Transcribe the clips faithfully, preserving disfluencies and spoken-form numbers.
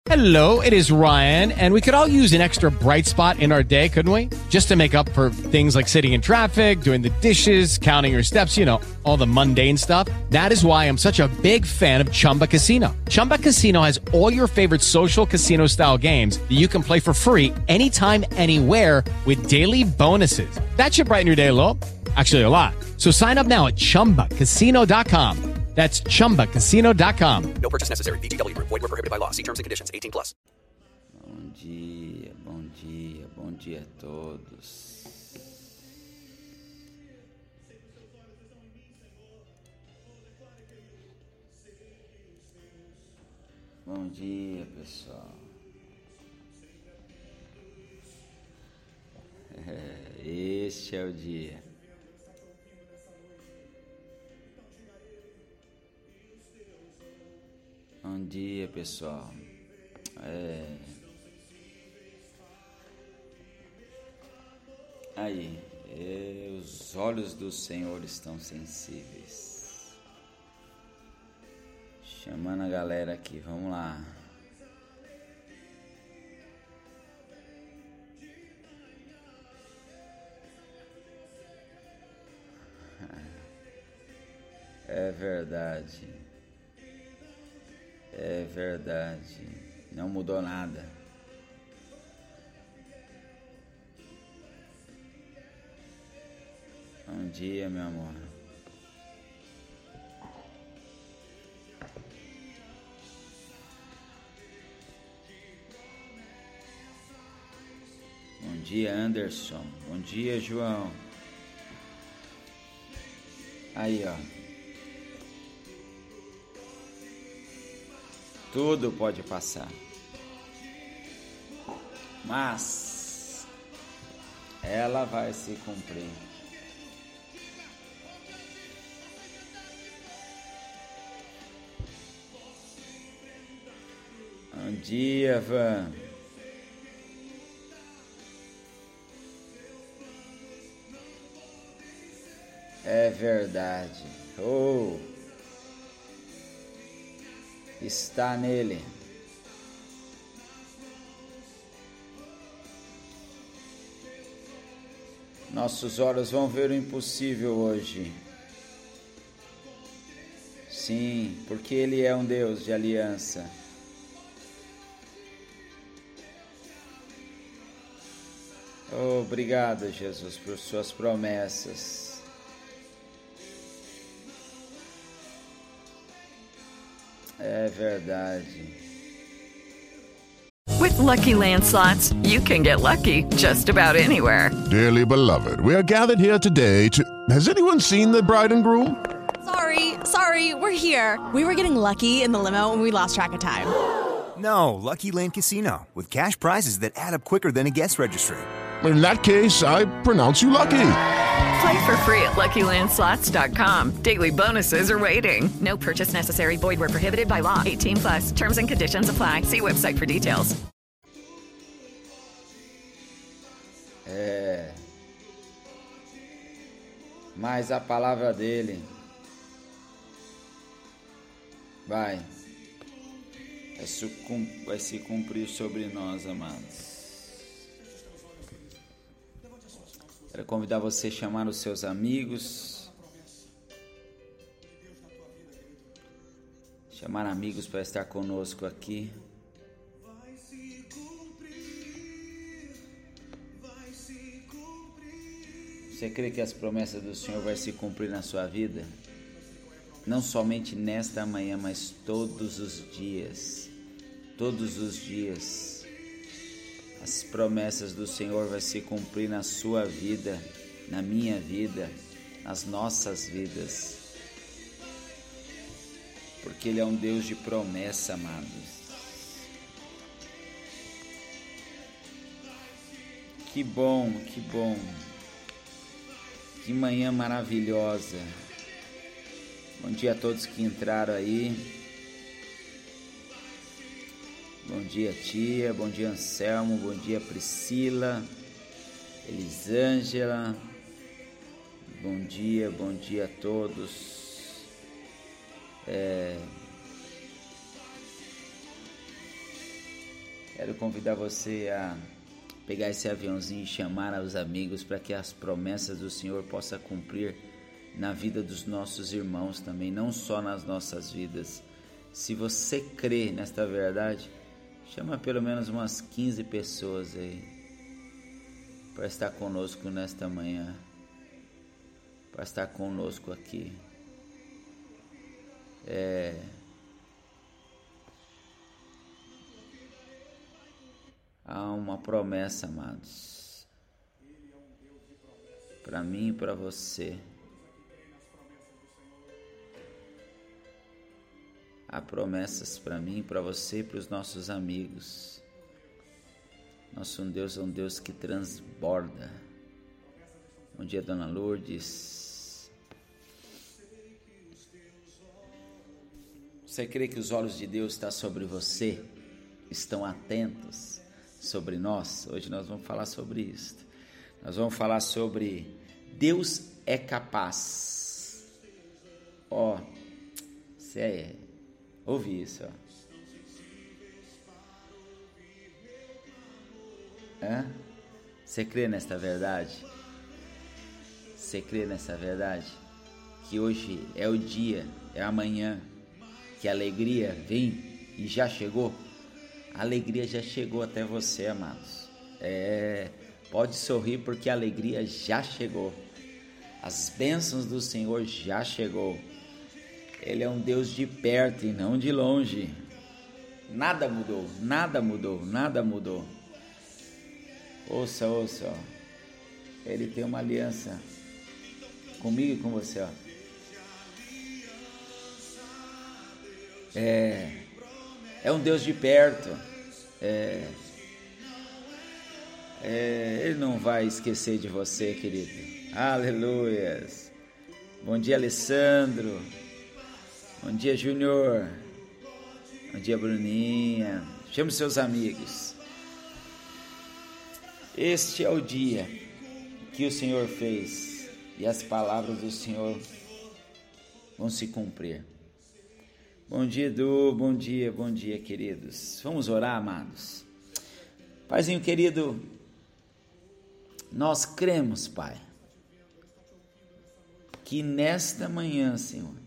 Hello, it is Ryan, and we could all use an extra bright spot in our day, couldn't we? Just to make up for things like sitting in traffic, doing the dishes, counting your steps, you know, all the mundane stuff. That is why I'm such a big fan of Chumba Casino. Chumba Casino has all your favorite social casino-style games that you can play for free anytime, anywhere with daily bonuses. That should brighten your day a little. Actually, a lot. So sign up now at chumba casino dot com. That's chumba casino dot com. No purchase necessary. V G W Group. Void where prohibited by law. See terms and conditions. eighteen plus. Bom dia, bom dia, bom dia a todos. Bom dia, pessoal. É, este é o dia. Bom dia, pessoal. É... Aí, é... os olhos do Senhor estão sensíveis. Chamando a galera aqui, vamos lá. É verdade. É verdade, não mudou nada. Bom dia, meu amor. Bom dia, Anderson. Bom dia, João. Aí, ó. Tudo pode passar, mas ela vai se cumprir. Bom dia, Van. É verdade. Oh! Está nele. Nossos olhos vão ver o impossível hoje. Sim, porque Ele é um Deus de aliança. Obrigado, Jesus, por suas promessas. É verdade. With Lucky Land Slots, you can get lucky just about anywhere. Dearly beloved, we are gathered here today to... Has anyone seen the bride and groom? Sorry, sorry, we're here. We were getting lucky in the limo and we lost track of time. No, Lucky Land Casino, with cash prizes that add up quicker than a guest registry. In that case, I pronounce you lucky. Play for free at lucky land slots dot com. Daily bonuses are waiting. No purchase necessary. Void where prohibited by law. eighteen plus. Terms and conditions apply. See website for details. É. Mas a palavra dele vai, vai se, vai se cumprir sobre nós, amados. Quero convidar você a chamar os seus amigos, chamar amigos para estar conosco aqui. Você crê que as promessas do Senhor vai se cumprir na sua vida? Não somente nesta manhã, mas todos os dias. Todos os dias. As promessas do Senhor vai se cumprir na sua vida, na minha vida, nas nossas vidas. Porque Ele é um Deus de promessa, amados. Que bom, que bom. Que manhã maravilhosa. Bom dia a todos que entraram aí. Bom dia, tia. Bom dia, Anselmo. Bom dia, Priscila. Elisângela. Bom dia, bom dia a todos. É... Quero convidar você a pegar esse aviãozinho e chamar os amigos para que as promessas do Senhor possam cumprir na vida dos nossos irmãos também, não só nas nossas vidas. Se você crê nesta verdade, chama pelo menos umas quinze pessoas aí para estar conosco nesta manhã, para estar conosco aqui. É... Há uma promessa, amados, para mim e para você. Há promessas para mim, para você e para os nossos amigos. Nosso Deus é um Deus que transborda. Bom dia, Dona Lourdes. Você crê que os olhos de Deus estão sobre você? Estão atentos sobre nós? Hoje nós vamos falar sobre isso. Nós vamos falar sobre Deus é capaz. Ó, oh, você é... Ouve isso, ó. Hã? Você crê nesta verdade? Você crê nessa verdade? Que hoje é o dia, é amanhã, que a alegria vem e já chegou? A alegria já chegou até você, amados. É, pode sorrir porque a alegria já chegou. As bênçãos do Senhor já chegou. Ele é um Deus de perto e não de longe. Nada mudou, nada mudou, nada mudou. Ouça, ouça, ó. Ele tem uma aliança comigo e com você, ó. É, é um Deus de perto. É, é, ele não vai esquecer de você, querido. Aleluias. Bom dia, Alessandro. Bom dia, Júnior. Bom dia, Bruninha. Chame seus amigos. Este é o dia que o Senhor fez e as palavras do Senhor vão se cumprir. Bom dia, Edu. Bom dia, bom dia, queridos. Vamos orar, amados. Paizinho querido, nós cremos, Pai, que nesta manhã, Senhor,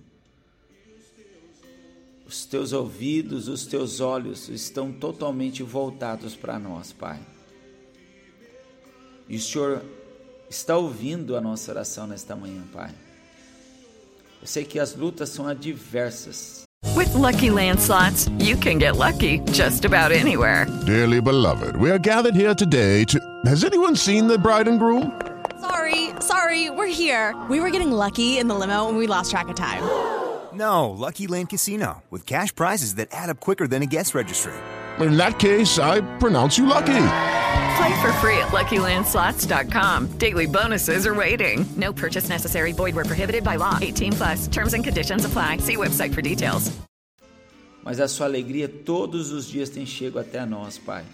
os teus ouvidos, os teus olhos estão totalmente voltados para nós, Pai. E o Senhor está ouvindo a nossa oração nesta manhã, Pai. Eu sei que as lutas são adversas. With Lucky Land Slots, you can get lucky just about anywhere. Dearly beloved, we are gathered here today to... Has anyone seen the bride and groom? Sorry, sorry, we're here. We were getting lucky in the limo and we lost track of time. No, Lucky Land Casino, with cash prizes that add up quicker than a guest registry. In that case, I pronounce you lucky. Play for free at Lucky Land Slots dot com. Daily bonuses are waiting. No purchase necessary. Void where prohibited by law. eighteen plus. Terms and conditions apply. See website for details. Mas a sua alegria todos os dias tem chego até nós, Pai.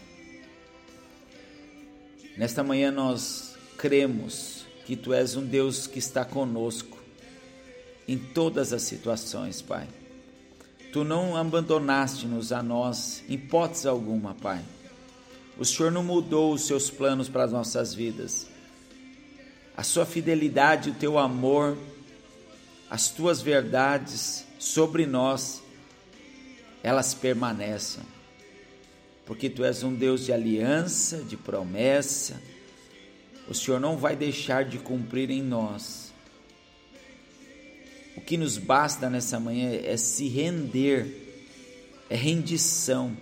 Nesta manhã nós cremos que Tu és um Deus que está conosco em todas as situações, Pai. Tu não abandonaste-nos a nós, em hipótese alguma, Pai. O Senhor não mudou os seus planos para as nossas vidas. A sua fidelidade, o teu amor, as tuas verdades sobre nós, elas permanecem. Porque tu és um Deus de aliança, de promessa. O Senhor não vai deixar de cumprir em nós. O que nos basta nessa manhã é se render, é rendição.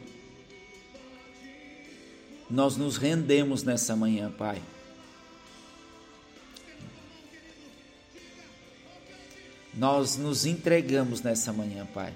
Nós nos rendemos nessa manhã, Pai. Nós nos entregamos nessa manhã, Pai.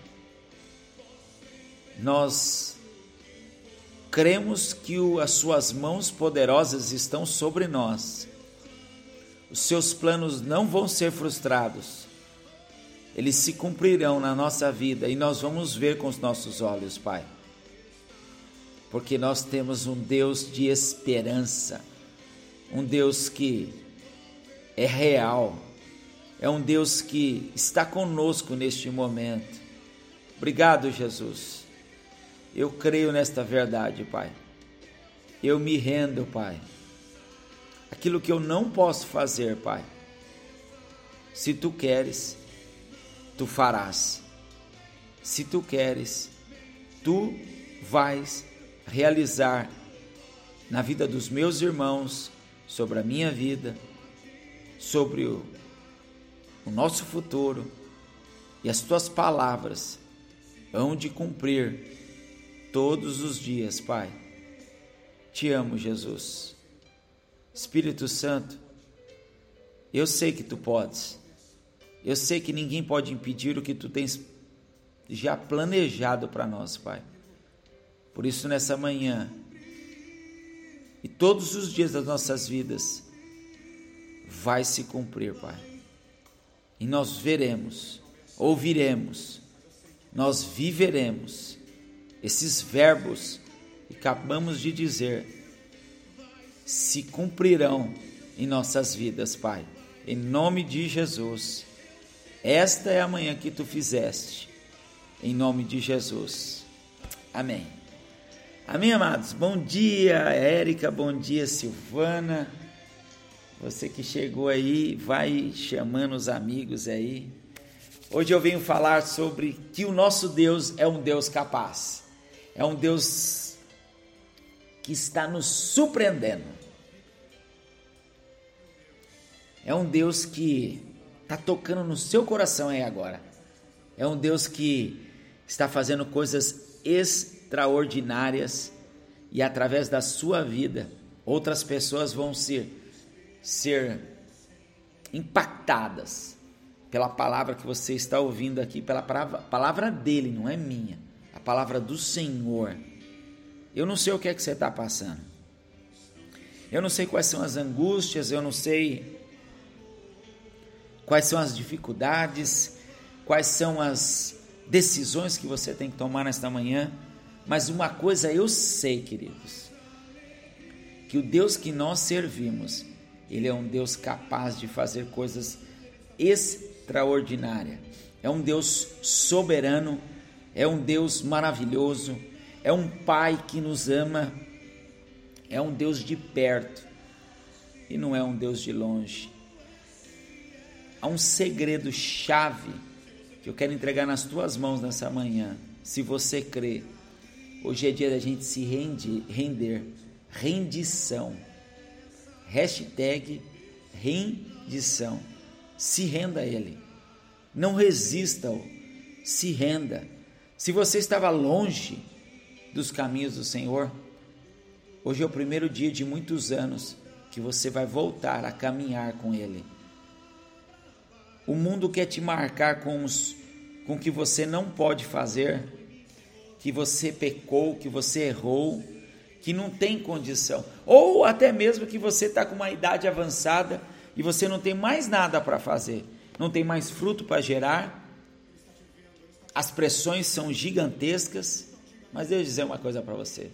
Nós cremos que o, as suas mãos poderosas estão sobre nós. Os seus planos não vão ser frustrados. Eles se cumprirão na nossa vida e nós vamos ver com os nossos olhos, Pai. Porque nós temos um Deus de esperança, um Deus que é real, é um Deus que está conosco neste momento. Obrigado, Jesus. Eu creio nesta verdade, Pai. Eu me rendo, Pai. Aquilo que eu não posso fazer, Pai, se Tu queres, Tu farás. Se Tu queres, Tu vais realizar na vida dos meus irmãos, sobre a minha vida, sobre o, o nosso futuro, e as Tuas palavras hão de cumprir todos os dias, Pai. Te amo, Jesus. Espírito Santo, eu sei que Tu podes, eu sei que ninguém pode impedir o que Tu tens já planejado para nós, Pai. Por isso, nessa manhã e todos os dias das nossas vidas, vai se cumprir, Pai. E nós veremos, ouviremos, nós viveremos esses verbos que acabamos de dizer, se cumprirão em nossas vidas, Pai. Em nome de Jesus. Esta é a manhã que Tu fizeste. Em nome de Jesus. Amém. Amém, amados. Bom dia, Érica. Bom dia, Silvana. Você que chegou aí, vai chamando os amigos aí. Hoje eu venho falar sobre que o nosso Deus é um Deus capaz. É um Deus que está nos surpreendendo. É um Deus que está tocando no seu coração aí agora. É um Deus que está fazendo coisas extraordinárias e através da sua vida, outras pessoas vão ser, ser impactadas pela palavra que você está ouvindo aqui, pela palavra, palavra dele, não é minha, a palavra do Senhor. Eu não sei o que é que você está passando. Eu não sei quais são as angústias, eu não sei quais são as dificuldades, quais são as decisões que você tem que tomar nesta manhã, mas uma coisa eu sei, queridos, que o Deus que nós servimos, Ele é um Deus capaz de fazer coisas extraordinárias, é um Deus soberano, é um Deus maravilhoso, é um Pai que nos ama, é um Deus de perto e não é um Deus de longe. Há um segredo chave que eu quero entregar nas tuas mãos nessa manhã. Se você crê, hoje é dia da gente se render, render. rendição, hashtag rendição, se renda a Ele, não resista-o, se renda. Se você estava longe dos caminhos do Senhor, hoje é o primeiro dia de muitos anos que você vai voltar a caminhar com Ele. O mundo quer te marcar com os, com o que você não pode fazer, que você pecou, que você errou, que não tem condição, ou até mesmo que você está com uma idade avançada e você não tem mais nada para fazer, não tem mais fruto para gerar, as pressões são gigantescas, mas deixa eu dizer uma coisa para você,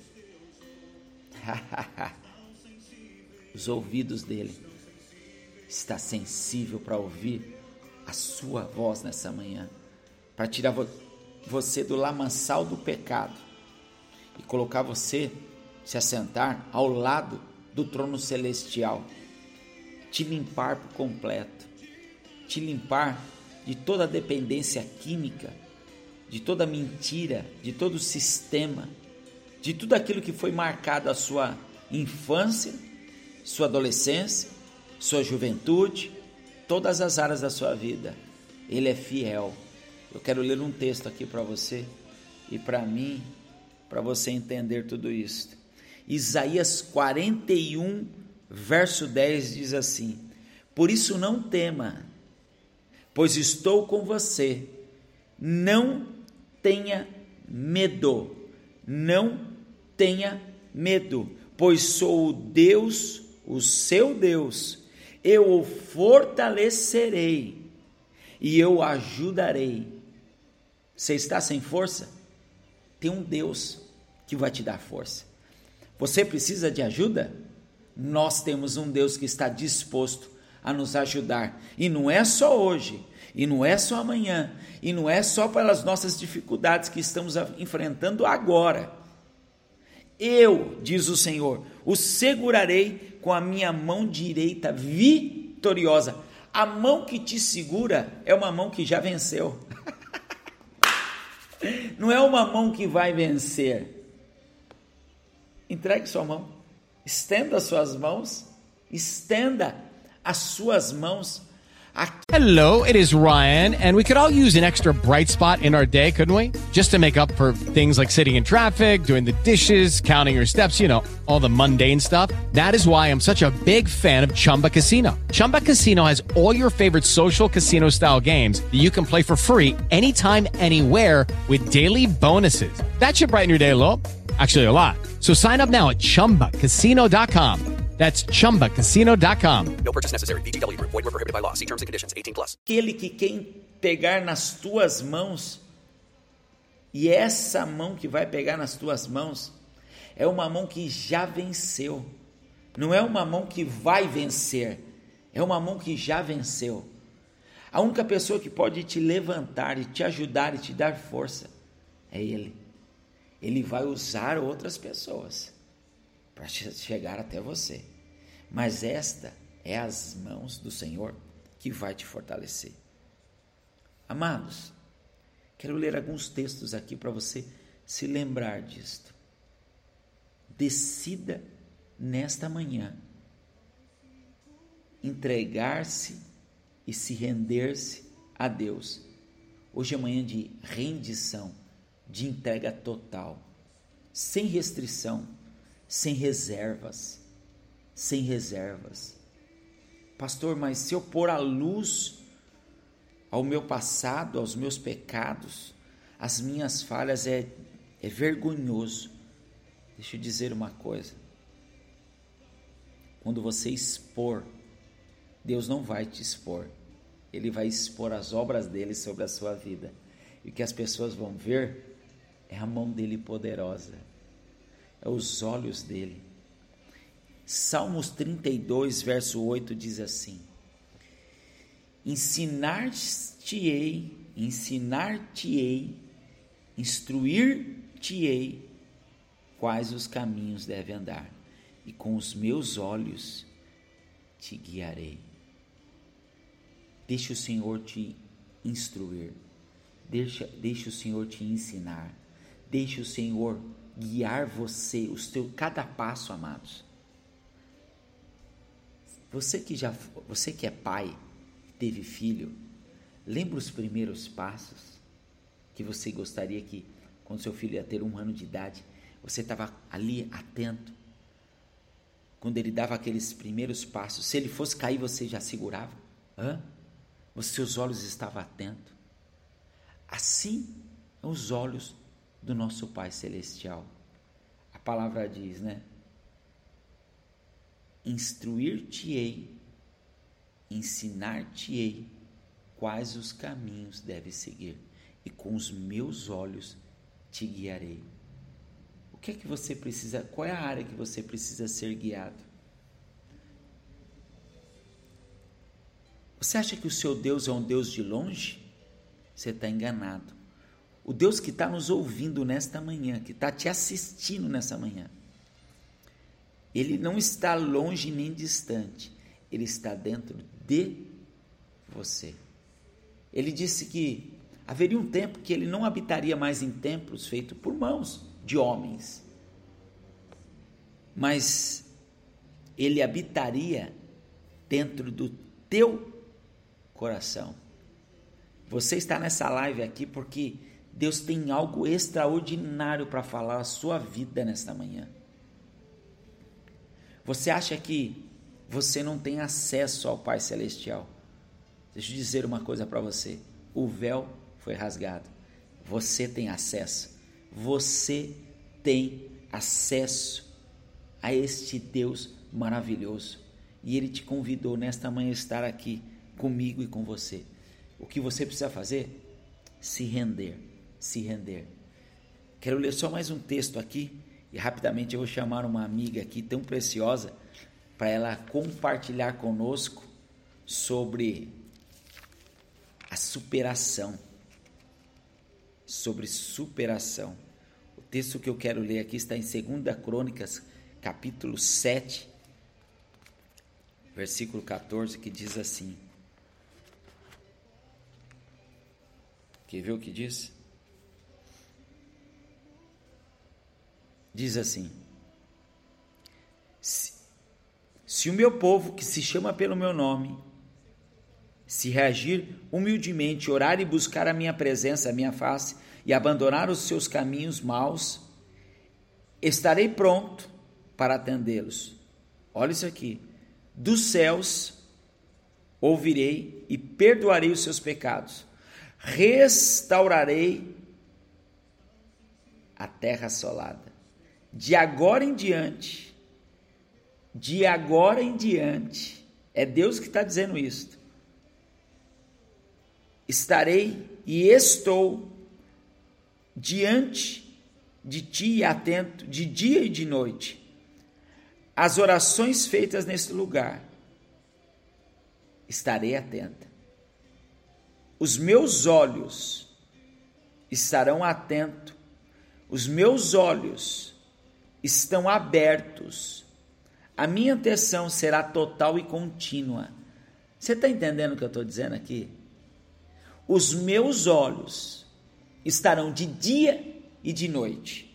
os ouvidos dele está sensível para ouvir a sua voz nessa manhã, para tirar vo- você do lamaçal do pecado e colocar você, se assentar ao lado do trono celestial, te limpar por completo, te limpar de toda a dependência química, de toda a mentira, de todo o sistema, de tudo aquilo que foi marcado a sua infância, sua adolescência, sua juventude, todas as áreas da sua vida. Ele é fiel. Eu quero ler um texto aqui para você e para mim, para você entender tudo isso. Isaías quarenta e um, verso dez diz assim: por isso não tema, pois estou com você, não tenha medo, não tenha medo, pois sou o Deus, o seu Deus, eu o fortalecerei e eu o ajudarei. Você está sem força? Tem um Deus que vai te dar força. Você precisa de ajuda? Nós temos um Deus que está disposto a nos ajudar. E não é só hoje, e não é só amanhã, e não é só pelas nossas dificuldades que estamos enfrentando agora. Eu, diz o Senhor, o segurarei com a minha mão direita vitoriosa. A mão que te segura é uma mão que já venceu. Não é uma mão que vai vencer. Entregue sua mão, estenda as suas mãos, estenda as suas mãos. Aqui. Hello, it is Ryan, and we could all use an extra bright spot in our day, couldn't we? Just to make up for things like sitting in traffic, doing the dishes, counting your steps, you know, all the mundane stuff. That is why I'm such a big fan of Chumba Casino. Chumba Casino has all your favorite social casino-style games that you can play for free anytime, anywhere with daily bonuses. That should brighten your day a little. Actually, a lot. So sign up now at chumba casino dot com. That's chumba casino dot com. No purchase necessary. V G W Group. Void where prohibited by law. See terms and conditions. eighteen plus. Aquele que quer pegar nas tuas mãos, e essa mão que vai pegar nas tuas mãos, é uma mão que já venceu. Não é uma mão que vai vencer. É uma mão que já venceu. A única pessoa que pode te levantar e te ajudar e te dar força é Ele. Ele vai usar outras pessoas para chegar até você. Mas esta é as mãos do Senhor que vai te fortalecer. Amados, quero ler alguns textos aqui para você se lembrar disto. Decida nesta manhã entregar-se e se render-se a Deus. Hoje é manhã de rendição, de entrega total, sem restrição, sem reservas, sem reservas. Pastor, mas se eu pôr a luz ao meu passado, aos meus pecados, às minhas falhas, é, é vergonhoso. Deixa eu dizer uma coisa. Quando você expor, Deus não vai te expor. Ele vai expor as obras dele sobre a sua vida. E o que as pessoas vão ver é a mão dele poderosa, é os olhos dele. Salmos trinta e dois, verso oito diz assim: ensinar-te-ei, ensinar-te-ei, instruir-te-ei quais os caminhos deve andar, e com os meus olhos te guiarei. Deixa o Senhor te instruir, deixa, deixa o Senhor te ensinar, deixa o Senhor guiar você, os teus, cada passo, amados. Você que já, você que é pai, teve filho, lembra os primeiros passos que você gostaria que, quando seu filho ia ter um ano de idade, você estava ali atento, quando ele dava aqueles primeiros passos, se ele fosse cair, você já segurava? Hã? Os seus olhos estavam atentos. Assim, os olhos do nosso Pai Celestial. A palavra diz, né? Instruir-te-ei, ensinar-te-ei quais os caminhos deves seguir, e com os meus olhos te guiarei. O que é que você precisa, qual é a área que você precisa ser guiado? Você acha que o seu Deus é um Deus de longe? Você está enganado. O Deus que está nos ouvindo nesta manhã, que está te assistindo nessa manhã, Ele não está longe nem distante, Ele está dentro de você. Ele disse que haveria um tempo que Ele não habitaria mais em templos feitos por mãos de homens, mas Ele habitaria dentro do teu coração. Você está nessa live aqui porque Deus tem algo extraordinário para falar a sua vida nesta manhã. Você acha que você não tem acesso ao Pai Celestial? Deixa eu dizer uma coisa para você. O véu foi rasgado. Você tem acesso. Você tem acesso a este Deus maravilhoso. E Ele te convidou nesta manhã a estar aqui comigo e com você. O que você precisa fazer? Se render. Se render. Quero ler só mais um texto aqui. E rapidamente eu vou chamar uma amiga aqui tão preciosa para ela compartilhar conosco sobre a superação. Sobre superação. O texto que eu quero ler aqui está em Segunda Crônicas, capítulo sete, versículo catorze, que diz assim. Quer ver o que diz? Diz assim: se, se o meu povo, que se chama pelo meu nome, se reagir humildemente, orar e buscar a minha presença, a minha face, e abandonar os seus caminhos maus, estarei pronto para atendê-los. Olha isso aqui. Dos céus ouvirei e perdoarei os seus pecados. Restaurarei a terra assolada. De agora em diante, de agora em diante, é Deus que está dizendo isso. Estarei e estou diante de ti e atento, de dia e de noite, às orações feitas nesse lugar. Estarei atenta. Os meus olhos estarão atentos, os meus olhos estão abertos, a minha atenção será total e contínua. Você está entendendo o que eu estou dizendo aqui? Os meus olhos estarão de dia e de noite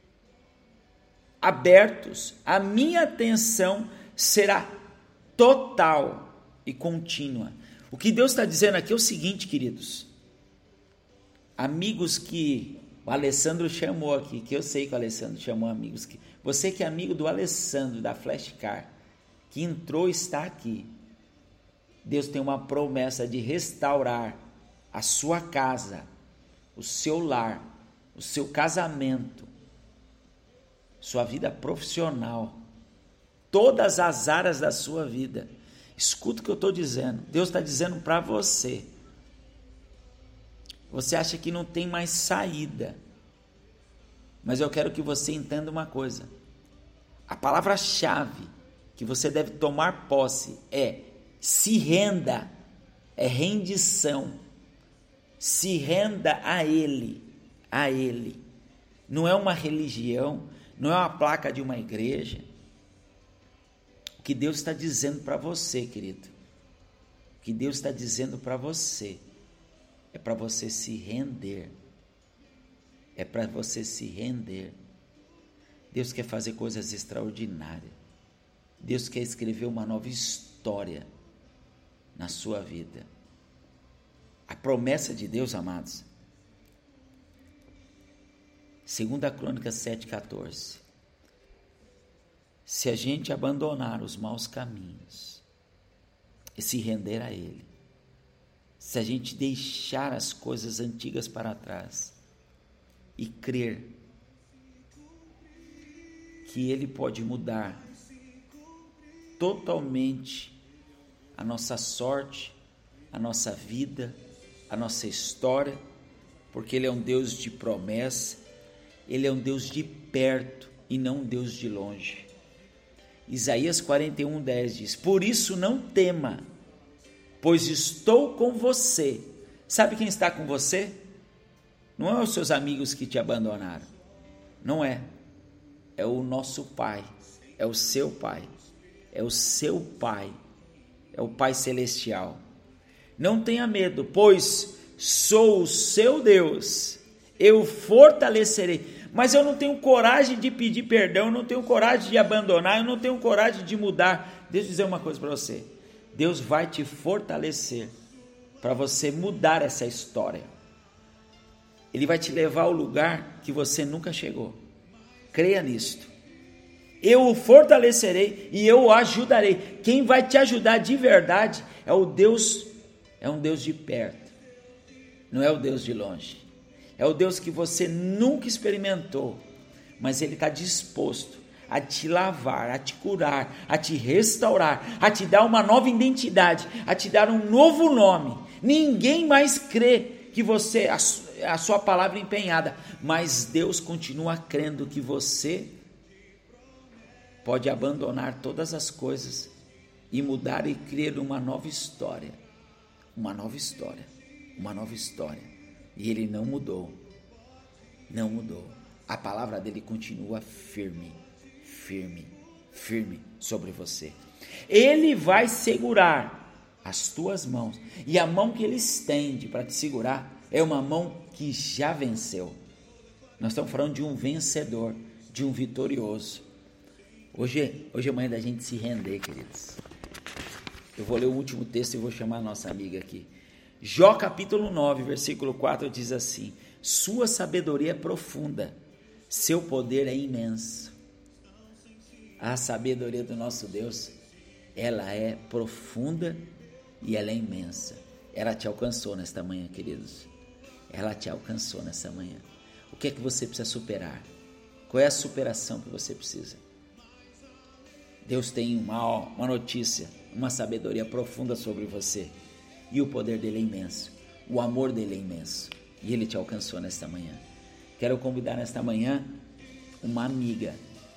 abertos, a minha atenção será total e contínua. O que Deus está dizendo aqui é o seguinte, queridos, amigos que o Alessandro chamou aqui, que eu sei que o Alessandro chamou amigos, que você que é amigo do Alessandro, da Flashcar, que entrou e está aqui, Deus tem uma promessa de restaurar a sua casa, o seu lar, o seu casamento, sua vida profissional, todas as áreas da sua vida. Escuta o que eu estou dizendo. Deus está dizendo para você. Você acha que não tem mais saída. Mas eu quero que você entenda uma coisa. A palavra-chave que você deve tomar posse é se renda, é rendição. Se renda a Ele, a Ele. Não é uma religião, não é uma placa de uma igreja. O que Deus está dizendo para você, querido, o que Deus está dizendo para você, é para você se render, é para você se render. Deus quer fazer coisas extraordinárias, Deus quer escrever uma nova história na sua vida. A promessa de Deus, amados, Segunda Crônicas sete, catorze. Se a gente abandonar os maus caminhos e se render a Ele, se a gente deixar as coisas antigas para trás e crer que Ele pode mudar totalmente a nossa sorte, a nossa vida, a nossa história, porque Ele é um Deus de promessa, Ele é um Deus de perto e não um Deus de longe. Isaías quarenta e um, dez diz: por isso não tema, pois estou com você. Sabe quem está com você? Não é os seus amigos que te abandonaram, não é, é o nosso Pai, é o seu Pai, é o seu Pai, é o Pai Celestial. Não tenha medo, pois sou o seu Deus, eu fortalecerei. Mas eu não tenho coragem de pedir perdão, eu não tenho coragem de abandonar, eu não tenho coragem de mudar. Deixa eu dizer uma coisa para você, Deus vai te fortalecer para você mudar essa história. Ele vai te levar ao lugar que você nunca chegou. Creia nisto. Eu o fortalecerei e eu o ajudarei. Quem vai te ajudar de verdade é o Deus, é um Deus de perto, não é o Deus de longe. É o Deus que você nunca experimentou, mas Ele está disposto a te lavar, a te curar, a te restaurar, a te dar uma nova identidade, a te dar um novo nome. Ninguém mais crê que você, a, a sua palavra empenhada, mas Deus continua crendo que você pode abandonar todas as coisas e mudar e criar uma nova história. Uma nova história. Uma nova história. E ele não mudou. Não mudou. A palavra dele continua firme, firme, firme sobre você. Ele vai segurar as tuas mãos. E a mão que ele estende para te segurar é uma mão que já venceu. Nós estamos falando de um vencedor, de um vitorioso. Hoje, hoje é manhã da gente se render, queridos. Eu vou ler o último texto e vou chamar a nossa amiga aqui. Jó capítulo nove, versículo quatro diz assim: sua sabedoria é profunda, seu poder é imenso. A sabedoria do nosso Deus, ela é profunda e ela é imensa. Ela te alcançou nesta manhã, queridos. Ela te alcançou nessa manhã. O que é que você precisa superar? Qual é a superação que você precisa? Deus tem uma, uma notícia, uma sabedoria profunda sobre você. E o poder dele é imenso. O amor dele é imenso. E ele te alcançou nesta manhã. Quero convidar nesta manhã uma amiga,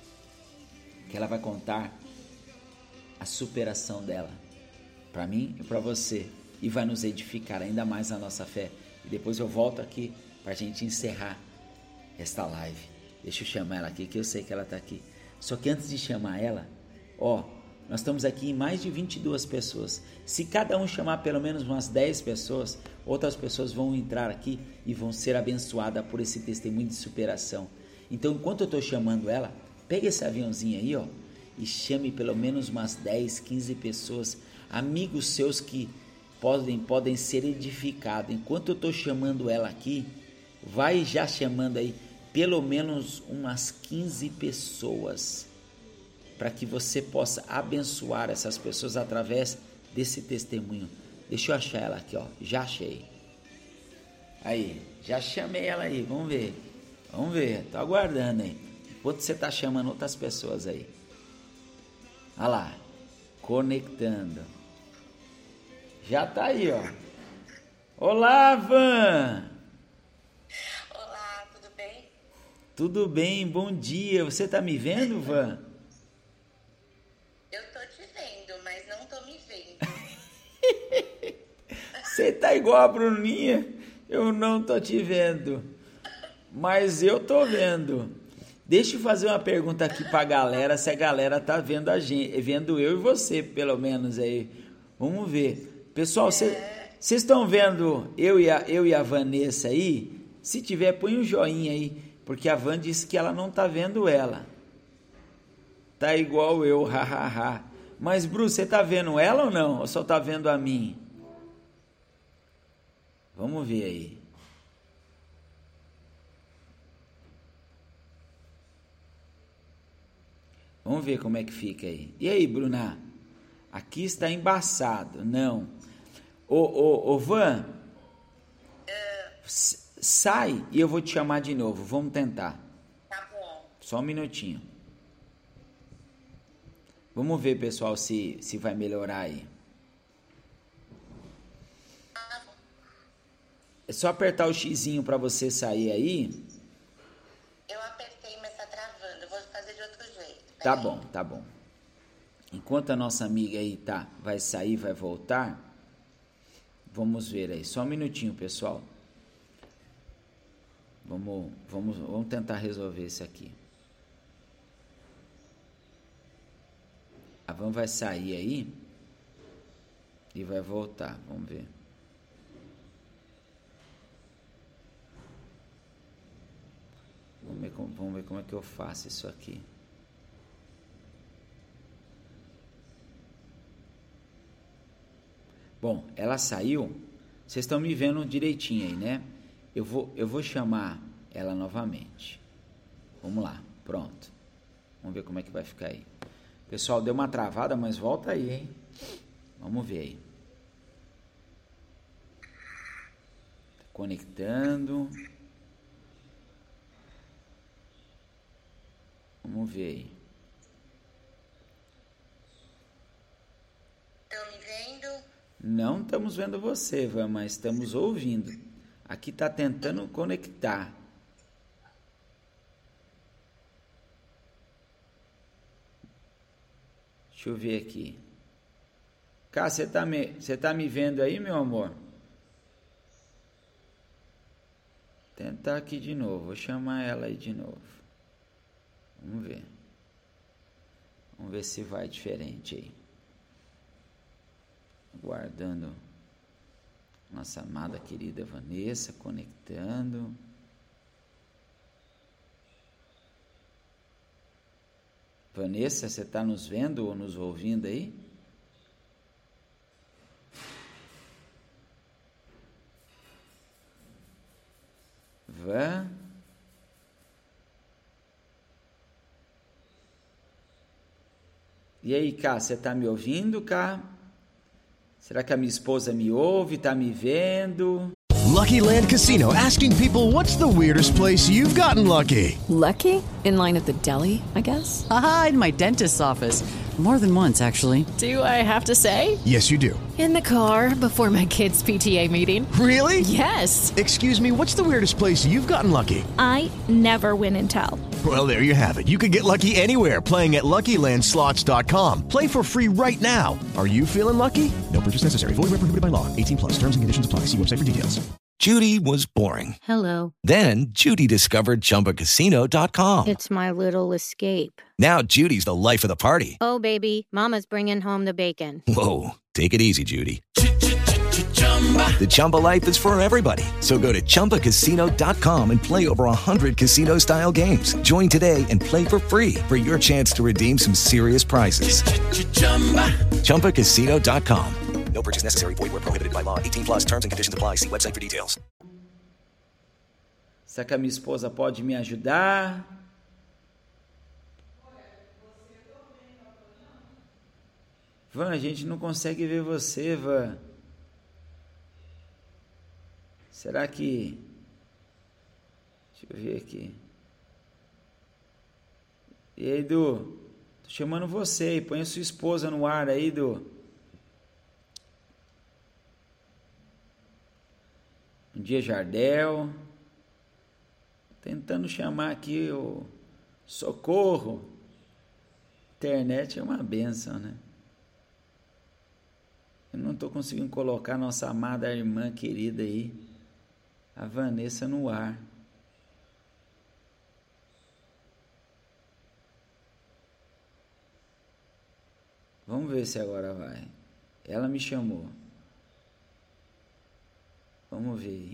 que ela vai contar a superação dela para mim e para você, e vai nos edificar ainda mais a nossa fé. E depois eu volto aqui para a gente encerrar esta live. Deixa eu chamar ela aqui, que eu sei que ela está aqui. Só que antes de chamar ela, ó, nós estamos aqui em mais de vinte e duas pessoas. Se cada um chamar pelo menos umas dez pessoas, outras pessoas vão entrar aqui e vão ser abençoadas por esse testemunho de superação. Então, enquanto eu estou chamando ela, pega esse aviãozinho aí, ó, e chame pelo menos umas dez, quinze pessoas, amigos seus que podem, podem ser edificados. Enquanto eu estou chamando ela aqui, vai já chamando aí pelo menos umas quinze pessoas, para que você possa abençoar essas pessoas através desse testemunho. Deixa eu achar ela aqui, ó. Já achei. Aí, já chamei ela aí, vamos ver. Vamos ver, tô aguardando aí. Enquanto você tá chamando outras pessoas aí. Olha lá, conectando. Já tá aí, ó. Olá, Van! Olá, tudo bem? Tudo bem, bom dia. Você tá me vendo, Van? Eu tô te vendo, mas não tô me vendo. Você tá igual a Bruninha. Eu não tô te vendo. Mas eu tô vendo. Deixa eu fazer uma pergunta aqui pra galera, se a galera tá vendo a gente, vendo eu e você, pelo menos aí. Vamos ver. Pessoal, vocês é... estão vendo eu e, a, eu e a Vanessa aí? Se tiver, põe um joinha aí, porque a Van disse que ela não tá vendo ela. Tá igual eu, hahaha. Mas, Bruce, você tá vendo ela ou não? Ou só tá vendo a mim? Vamos ver aí. Vamos ver como é que fica aí. E aí, Bruna? Aqui está embaçado. Não. Ô, ô, ô Van, s- sai e eu vou te chamar de novo. Vamos tentar. Tá bom. Só um minutinho. Vamos ver, pessoal, se, se vai melhorar aí. É só apertar o xizinho para você sair aí. Eu apertei, mas tá travando. Eu vou fazer de outro jeito. Tá Peraí. bom, tá bom. Enquanto a nossa amiga aí tá, vai sair, vai voltar, vamos ver aí. Só um minutinho, pessoal. Vamos, vamos, vamos tentar resolver isso aqui. A Van vai sair aí e vai voltar. Vamos ver. Vamos ver como, vamos ver como é que eu faço isso aqui. Bom, ela saiu. Vocês estão me vendo direitinho aí, né? Eu vou, eu vou chamar ela novamente. Vamos lá, pronto. Vamos ver como é que vai ficar aí. Pessoal, deu uma travada, mas volta aí, hein? Vamos ver aí. Tá conectando. Vamos ver aí. Estão me vendo? Não estamos vendo você, Van, mas estamos ouvindo. Aqui está tentando conectar. Deixa eu ver aqui. Cá, você tá me, você tá me vendo aí, meu amor? Tentar aqui de novo. Vou chamar ela aí de novo. Vamos ver. Vamos ver se vai diferente aí. Guardando nossa amada querida Vanessa, conectando. Vanessa, você está nos vendo ou nos ouvindo aí? Van? E aí, Cá, você está me ouvindo, Cá? Será que a minha esposa me ouve, está me vendo? Lucky Land Casino, asking people, what's the weirdest place you've gotten lucky? Lucky? In line at the deli, I guess? Aha, in my dentist's office. More than once, actually. Do I have to say? Yes, you do. In the car before my kids' P T A meeting. Really? Yes. Excuse me, what's the weirdest place you've gotten lucky? I never win and tell. Well, there you have it. You can get lucky anywhere, playing at Lucky Land Slots dot com. Play for free right now. Are you feeling lucky? No purchase necessary. Void where prohibited by law. eighteen plus. Terms and conditions apply. See website for details. Judy was boring. Hello. Then Judy discovered Chumba Casino dot com. It's my little escape. Now Judy's the life of the party. Oh, baby, mama's bringing home the bacon. Whoa, take it easy, Judy. The Chumba life is for everybody. So go to Chumba Casino dot com and play over one hundred casino-style games. Join today and play for free for your chance to redeem some serious prizes. Chumba Casino dot com. No purchase necessary. Void where prohibited by law. eighteen plus terms and conditions apply. See website for details. Será que a minha esposa pode me ajudar? Van, a gente não consegue ver você, Van. Será que... Deixa eu ver aqui. E aí, Du? Tô chamando você aí. Põe a sua esposa no ar aí, Du. Um dia, Jardel. Tentando chamar aqui o socorro. Internet é uma benção, né? Eu não estou conseguindo colocar nossa amada irmã querida aí, a Vanessa, no ar. Vamos ver se agora vai. Ela me chamou. Vamos ver.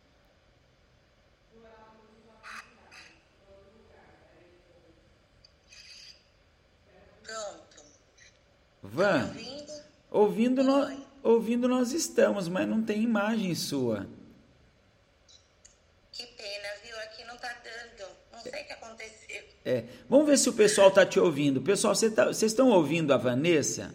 Pronto. Van, Tá ouvindo? ouvindo, no, ouvindo nós estamos, mas não tem imagem sua. Que pena, viu? Aqui não tá dando. Não sei o que aconteceu. É, vamos ver se o pessoal tá te ouvindo. Pessoal, vocês tá, estão ouvindo a Vanessa?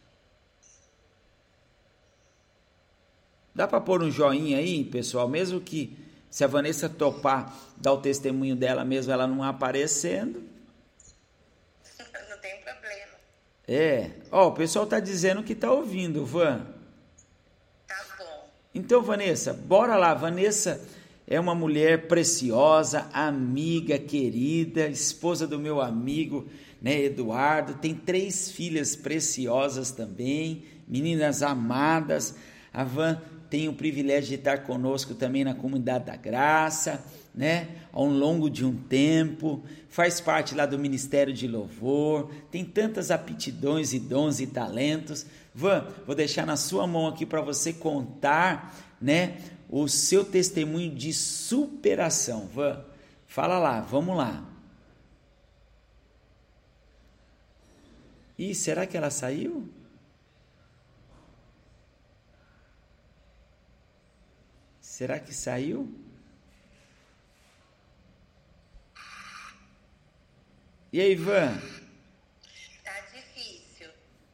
Dá para pôr um joinha aí, pessoal, mesmo que se a Vanessa topar dar o testemunho dela mesmo, ela não aparecendo. Não tem problema. É, ó, o pessoal tá dizendo que tá ouvindo, Van. Tá bom. Então, Vanessa, bora lá. Vanessa é uma mulher preciosa, amiga, querida, esposa do meu amigo, né, Eduardo. Tem três filhas preciosas também, meninas amadas. A Van tem o privilégio de estar conosco também na Comunidade da Graça, né? Ao longo de um tempo, faz parte lá do Ministério de Louvor, tem tantas aptidões e dons e talentos. Van, vou deixar na sua mão aqui para você contar, né, o seu testemunho de superação. Van, fala lá, vamos lá. Ih, será que ela saiu? Será que saiu? E aí, Ivan? Tá difícil.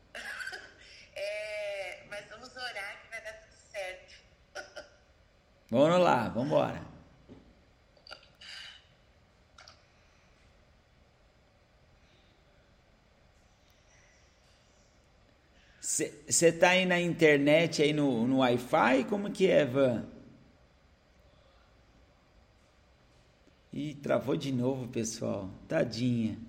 É, mas vamos orar que vai dar tudo certo. Vamos lá, vamos embora. Você tá aí na internet, aí no, no Wi-Fi? Como que é, Ivan? Ih, travou de novo, pessoal. Tadinha.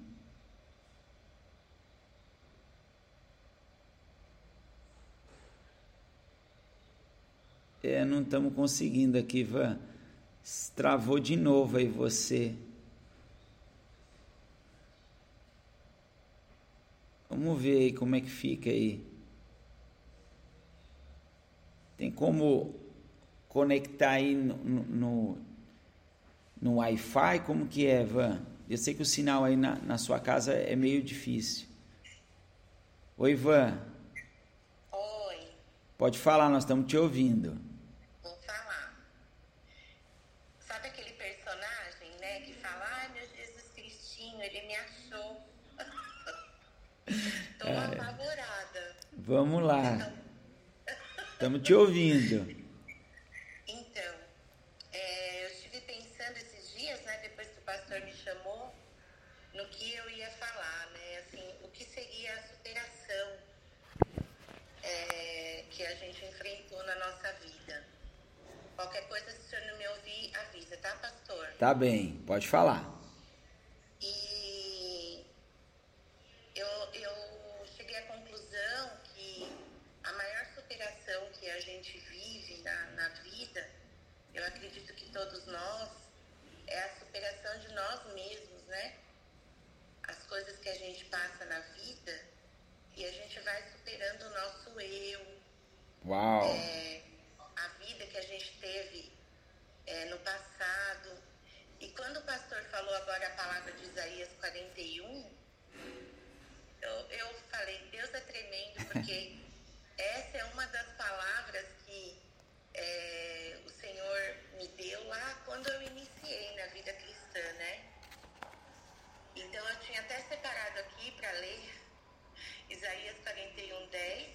É, não estamos conseguindo aqui, Ivan. Travou de novo aí você. Vamos ver aí como é que fica aí. Tem como conectar aí no, no, no Wi-Fi? Como que é, Ivan? Eu sei que o sinal aí na, na sua casa é meio difícil. Oi, Ivan. Oi. Pode falar, nós estamos te ouvindo. Vou falar. Sabe aquele personagem, né, que fala, ai, meu Jesus Cristinho, ele me achou. Tô É. apavorada. Vamos lá. Estamos te ouvindo. Então, é, eu estive pensando esses dias, né, depois que o pastor me chamou, no que eu ia falar, né, assim, o que seria a superação é, que a gente enfrentou na nossa vida. Qualquer coisa, se o senhor não me ouvir, avisa, tá, pastor? Tá bem, pode falar. E eu, eu cheguei à conclusão que a maior superação que a gente vive na, na vida, eu acredito que todos nós, é a superação de nós mesmos, né? As coisas que a gente passa na vida e a gente vai superando o nosso eu. Uau! É, a vida que a gente teve é, no passado. E quando o pastor falou agora a palavra de Isaías quarenta e um, eu, eu falei, Deus é tremendo, porque essa é uma das palavras que é, o Senhor me deu lá quando eu iniciei na vida cristã, né? Então eu tinha até separado aqui para ler Isaías quarenta e um, dez,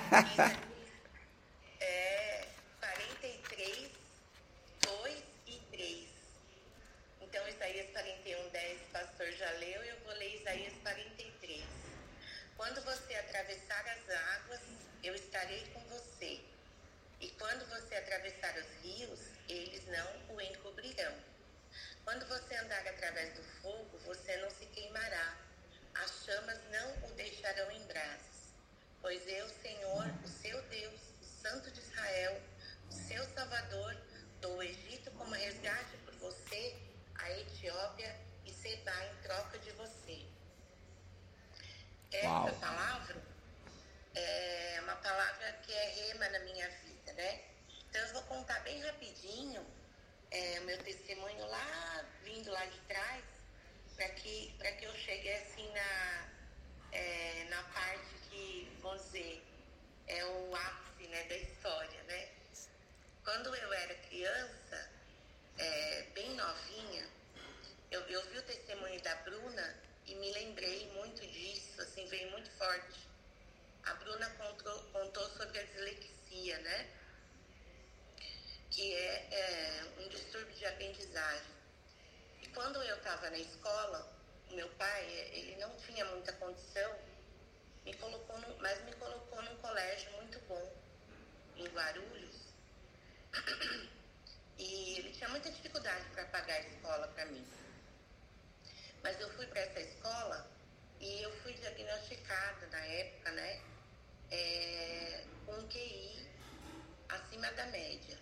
é, quarenta e três, dois e três. Então Isaías quarenta e um, dez, o pastor já leu, eu vou ler Isaías quarenta e três. Quando você atravessar as águas, eu estarei com você. E quando você atravessar os rios, eles não o encobrirão. Quando você andar através do fogo, você não se queimará. As chamas não o deixarão em brasas. Pois eu, Senhor, o seu Deus, o Santo de Israel, o seu Salvador, dou o Egito como resgate por você, a Etiópia e Sebá em troca de você. Essa Uau. palavra é uma palavra que é rema na minha vida, né? Então eu vou contar bem rapidinho é, o meu testemunho lá, vindo lá de trás, para que, para que eu chegue assim na, é, na parte que, vamos dizer, é o ápice, né, da história, né? Quando eu era criança, é, bem novinha, eu, eu vi o testemunho da Bruna e me lembrei muito disso, assim, veio muito forte. A Bruna contou, contou sobre a dislexia, né? Que é, é um distúrbio de aprendizagem. E quando eu estava na escola, o meu pai, ele não tinha muita condição, me colocou no, mas me colocou num colégio muito bom, em Guarulhos. E ele tinha muita dificuldade para pagar a escola para mim. Mas eu fui para essa escola e eu fui diagnosticada na época, né? É, com um Q I acima da média.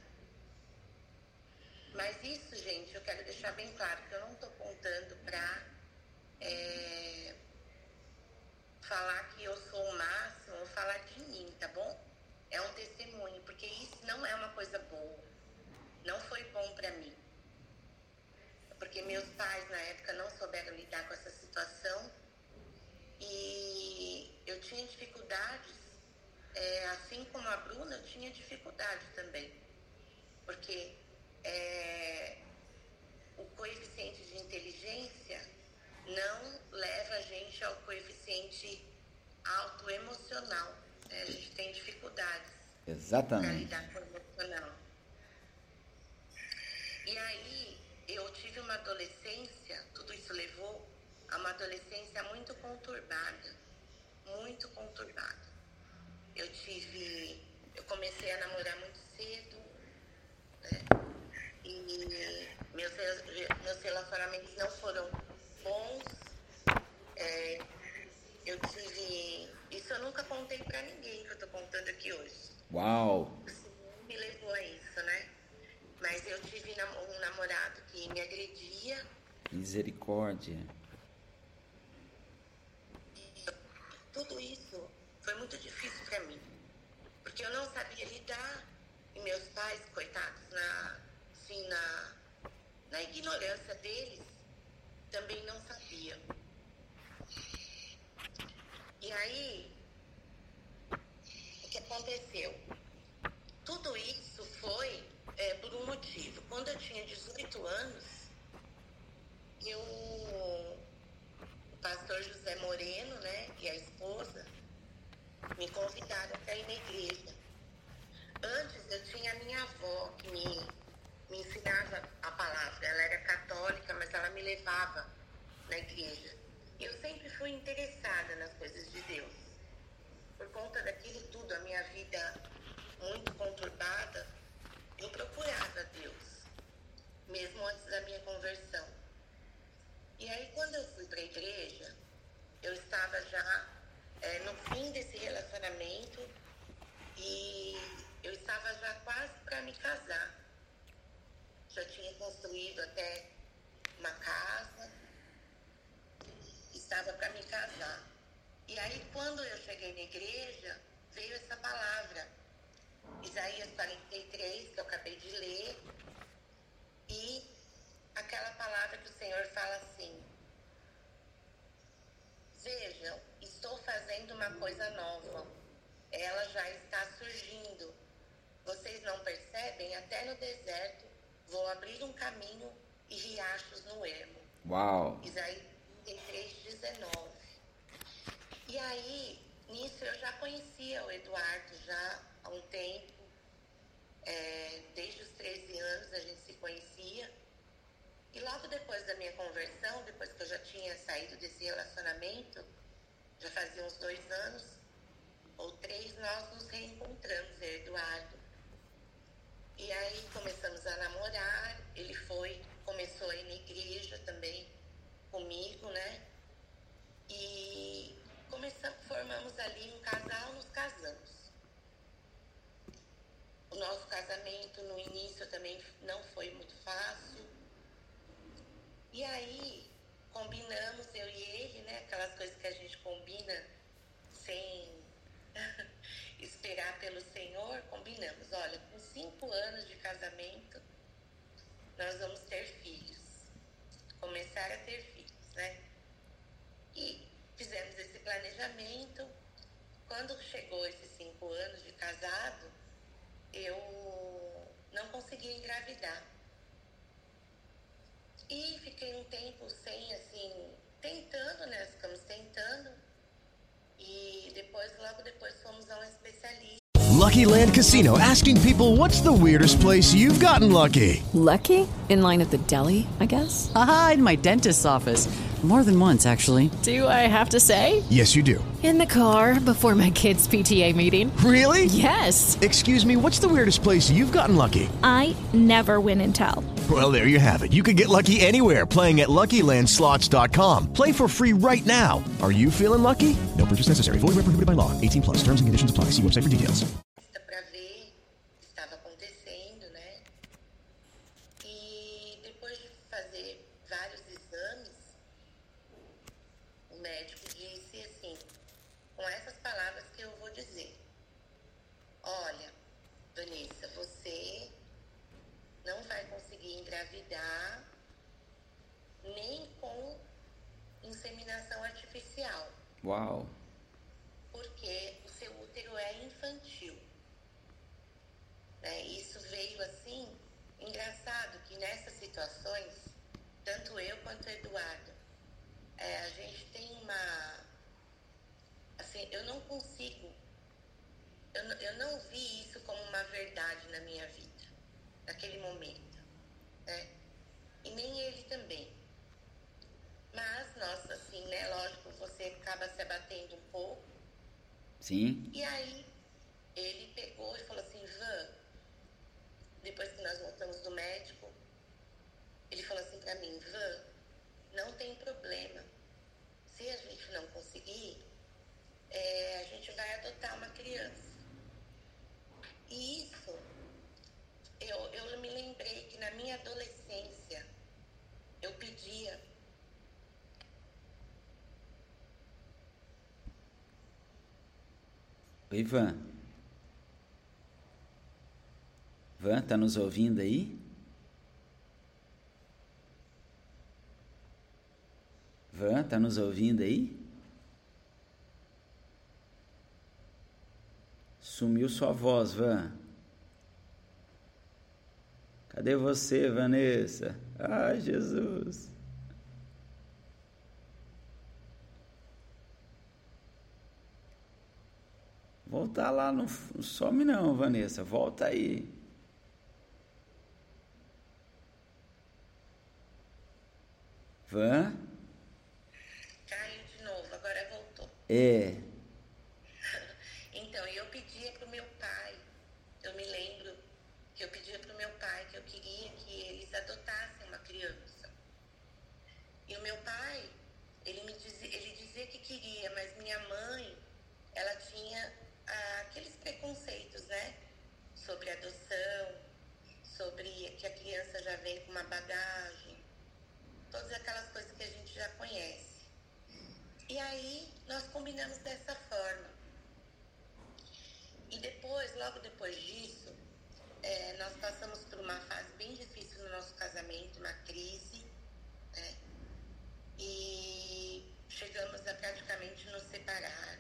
Mas isso, gente, eu quero deixar bem claro que eu não estou contando para é, falar que eu sou o máximo ou falar de mim, tá bom? É um testemunho, porque isso não é uma coisa boa. Não foi bom para mim. Porque meus pais, na época, não souberam lidar com essa situação. E eu tinha dificuldades, é, assim como a Bruna, eu tinha dificuldade também. Porque é, o coeficiente de inteligência não leva a gente ao coeficiente alto emocional. Né? A gente tem dificuldades Exatamente. para lidar com o emocional. E aí, eu tive uma adolescência, tudo isso levou a uma adolescência muito conturbada, muito conturbada. Eu tive, eu comecei a namorar muito cedo, né? E meus, meus relacionamentos não foram bons. É, eu tive, isso eu nunca contei pra ninguém que eu tô contando aqui hoje. Uau! me levou a isso, né? Mas eu tive um namorado que me agredia. Misericórdia. E tudo isso foi muito difícil para mim. Porque eu não sabia lidar. E meus pais, coitados, na, assim, na, na ignorância deles, também não sabiam. E aí, o que aconteceu? Tudo isso foi é, por um motivo. Quando eu tinha dezoito anos, eu, o pastor José Moreno, né, e a esposa, me convidaram para ir na igreja. Antes eu tinha a minha avó que me, me ensinava a palavra. Ela era católica, mas ela me levava na igreja. E eu sempre fui interessada nas coisas de Deus. Por conta daquilo tudo, a minha vida muito conturbada, eu procurava Deus, mesmo antes da minha conversão. E aí, quando eu fui para a igreja, eu estava já é, no fim desse relacionamento e eu estava já quase para me casar. Já tinha construído até uma casa, estava para me casar. E aí, quando eu cheguei na igreja, veio essa palavra, Isaías quarenta e três, que eu acabei de ler, e aquela palavra que o Senhor fala assim: vejam, estou fazendo uma coisa nova, ela já está surgindo. Vocês não percebem? Até no deserto vou abrir um caminho e riachos no ermo. Uau! Isaías quarenta e três, dezenove. E aí, nisso eu já conhecia o Eduardo já há um tempo. É, desde os treze anos a gente se conhecia. E logo depois da minha conversão, depois que eu já tinha saído desse relacionamento, já fazia uns dois anos ou três, nós nos reencontramos, eu e Eduardo. E aí começamos a namorar, ele foi, começou a ir na igreja também comigo, né? E começamos, formamos ali um casal, nos casamos. O nosso casamento no início também não foi muito fácil. E aí, combinamos, eu e ele, né? Aquelas coisas que a gente combina sem esperar pelo Senhor, combinamos. Olha, com cinco anos de casamento, nós vamos ter filhos. Começar a ter filhos, né? E fizemos esse planejamento. Quando chegou esses cinco anos de casado, eu não consegui engravidar. E fiquei um tempo sem, assim, tentando, né? Ficamos tentando. E depois, logo depois, fomos a um especialista. Lucky Land Casino, asking people, what's the weirdest place you've gotten lucky? Lucky? In line at the deli, I guess? Aha, in my dentist's office. More than once, actually. Do I have to say? Yes, you do. In the car before my kids' P T A meeting. Really? Yes. Excuse me, what's the weirdest place you've gotten lucky? I never win and tell. Well, there you have it. You can get lucky anywhere, playing at Lucky Land Slots dot com. Play for free right now. Are you feeling lucky? No purchase necessary. Void where prohibited by law. eighteen plus. Terms and conditions apply. See website for details. Para ver o que estava acontecendo, né? E depois de fazer vários exames, o médico disse assim, com essas palavras que eu vou dizer: olha, Vanessa, você não vai conseguir engravidar nem com inseminação artificial. Uau! Porque o seu útero é infantil. Né? Isso veio assim, engraçado que nessas situações, tanto eu quanto o Eduardo, é, a gente tem uma, assim, eu não consigo, eu, eu não vi isso como uma verdade na minha vida, naquele momento, né? E nem ele também. Mas, nossa, assim, né, lógico, você acaba se abatendo um pouco. Sim. E aí, ele pegou e falou assim, Van, depois que nós voltamos do médico, ele falou assim pra mim, Van, não tem problema. Se a gente não conseguir, é, a gente vai adotar uma criança. E isso minha adolescência, eu pedia. Oi, Van. Van, tá nos ouvindo aí? Van, tá nos ouvindo aí? Sumiu sua voz, Van. Cadê você, Vanessa? Ai, Jesus. Voltar lá, não, não some não, Vanessa. Volta aí. Van? Caiu de novo, agora voltou. É. Então, eu pedia pro meu pai, eu me lembro que eu pedia pro meu pai que eu queria que eles adotassem uma criança. E o meu pai, ele me dizia, ele dizia que queria, mas minha mãe, ela tinha ah, aqueles preconceitos, né? Sobre adoção, sobre que a criança já vem com uma bagagem, todas aquelas coisas que a gente já conhece. E aí, nós combinamos dessa forma. E depois, logo depois disso, é, nós passamos por uma fase bem difícil no nosso casamento, uma crise, né? E chegamos a praticamente nos separar.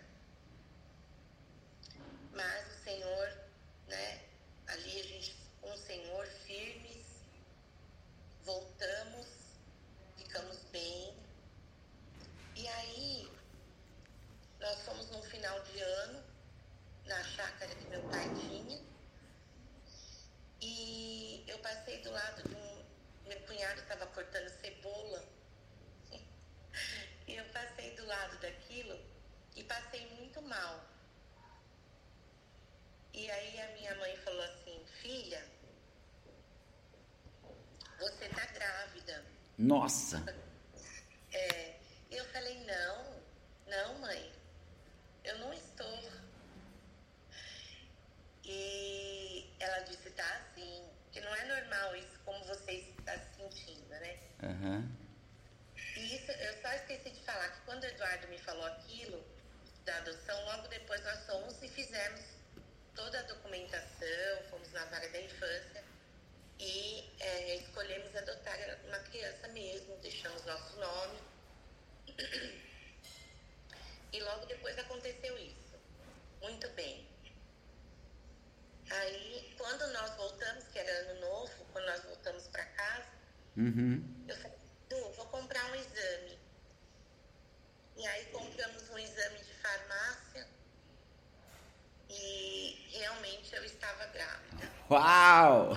Mas o Senhor, né? Ali a gente, com o Senhor, firmes, voltamos, ficamos bem. E aí, nós fomos no final de ano, na chácara que meu pai tinha, e eu passei do lado de um... Meu cunhado estava cortando cebola, e eu passei do lado daquilo e passei muito mal. E aí a minha mãe falou assim: filha, você tá grávida. Nossa! É, eu falei, não, não, mãe, eu não estou. E ela disse, tá assim, que não é normal isso, como você está se sentindo, né? Uhum. E isso, eu só esqueci de falar que quando o Eduardo me falou aquilo, da adoção, logo depois nós fomos e fizemos toda a documentação, fomos na vara da infância e é, escolhemos adotar uma criança mesmo, deixamos nosso nome. E logo depois aconteceu isso. Muito bem. Aí, quando nós voltamos, que era ano novo, quando nós voltamos para casa, uhum. eu falei, Du, vou comprar um exame. E aí compramos um exame de farmácia e realmente eu estava grávida. Uau!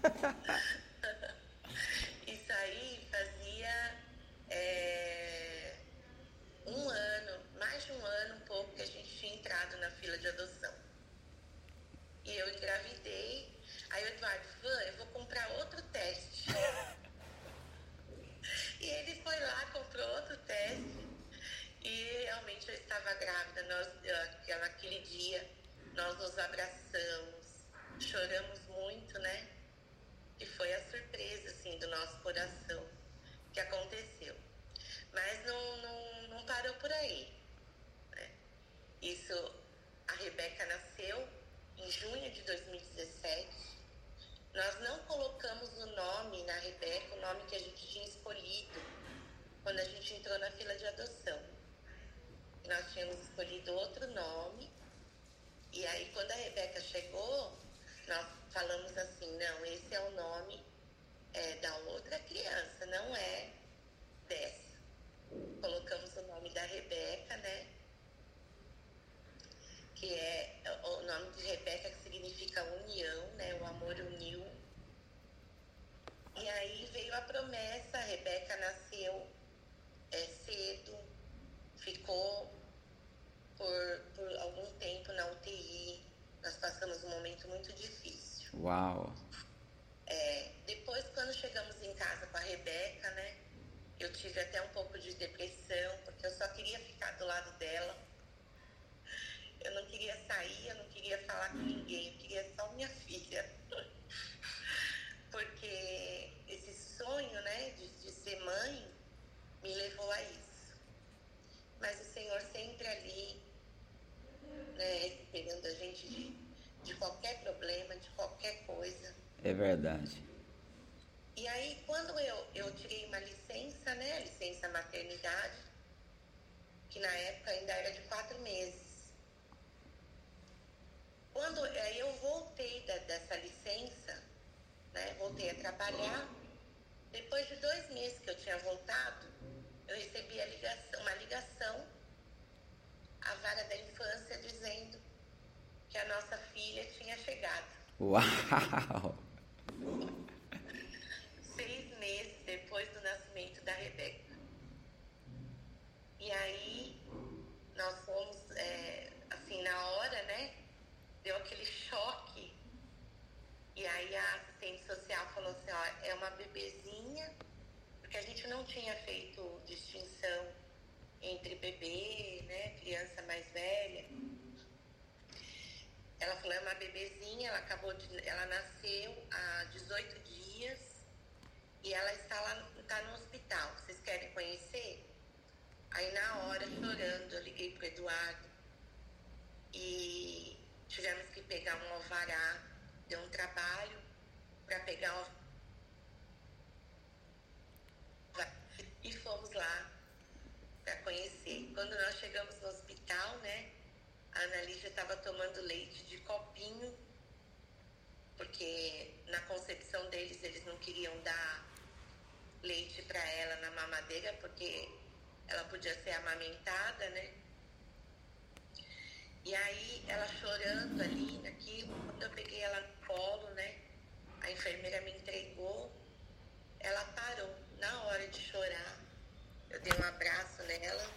Isso aí fazia é, um ano, mais de um ano, um pouco, que a gente tinha entrado na fila de adoção. E eu engravidei. Aí o Eduardo falou, eu vou comprar outro teste. E ele foi lá, comprou outro teste. E realmente eu estava grávida. Nós, naquele dia, nós nos abraçamos, choramos muito, né? E foi a surpresa, assim, do nosso coração que aconteceu. Mas não, não, não parou por aí, né? Isso, a Rebeca nasceu em junho de dois mil e dezessete. Nós não colocamos o nome na Rebeca, o nome que a gente tinha escolhido quando a gente entrou na fila de adoção. Nós tínhamos escolhido outro nome. E aí, quando a Rebeca chegou, nós falamos assim, não, esse é o nome é, da outra criança, não é dessa. Colocamos o nome da Rebeca, né? Que é o nome de Rebeca, que significa união, né? O amor uniu. E aí veio a promessa, a Rebeca nasceu é, cedo, ficou por, por algum tempo na U T I. Nós passamos um momento muito difícil. Uau! É, depois, quando chegamos em casa com a Rebeca, né? Eu tive até um pouco de depressão, porque eu só queria ficar do lado dela. Eu não queria sair, eu não queria falar com ninguém, eu queria só minha filha. Porque qualquer problema, de qualquer coisa. É verdade. E aí, quando eu, eu tirei uma licença, né, licença maternidade, que na época ainda era de quatro meses. Quando aí eu voltei da, dessa licença, né, voltei a trabalhar, depois de dois meses que eu tinha voltado, eu recebi a ligação, uma ligação, à vara da infância, dizendo que a nossa filha tinha chegado. Uau! Seis meses depois do nascimento da Rebeca. E aí, nós fomos, é, assim, na hora, né, deu aquele choque. E aí a assistente social falou assim, ó, é uma bebezinha, porque a gente não tinha feito distinção entre bebê, né, criança mais velha. Ela falou, é uma bebezinha, ela acabou de, ela nasceu há dezoito dias e ela está lá, está no hospital. Vocês querem conhecer? Aí na hora, chorando, eu liguei pro Eduardo e tivemos que pegar um alvará, deu um trabalho para pegar o alvará e fomos lá para conhecer. Quando nós chegamos no hospital, né, a Ana Lígia estava tomando leite de copinho, porque na concepção deles, eles não queriam dar leite para ela na mamadeira, porque ela podia ser amamentada, né? E aí, ela chorando ali, naquilo, quando eu peguei ela no colo, né? A enfermeira me entregou, ela parou na hora de chorar. Eu dei um abraço nela.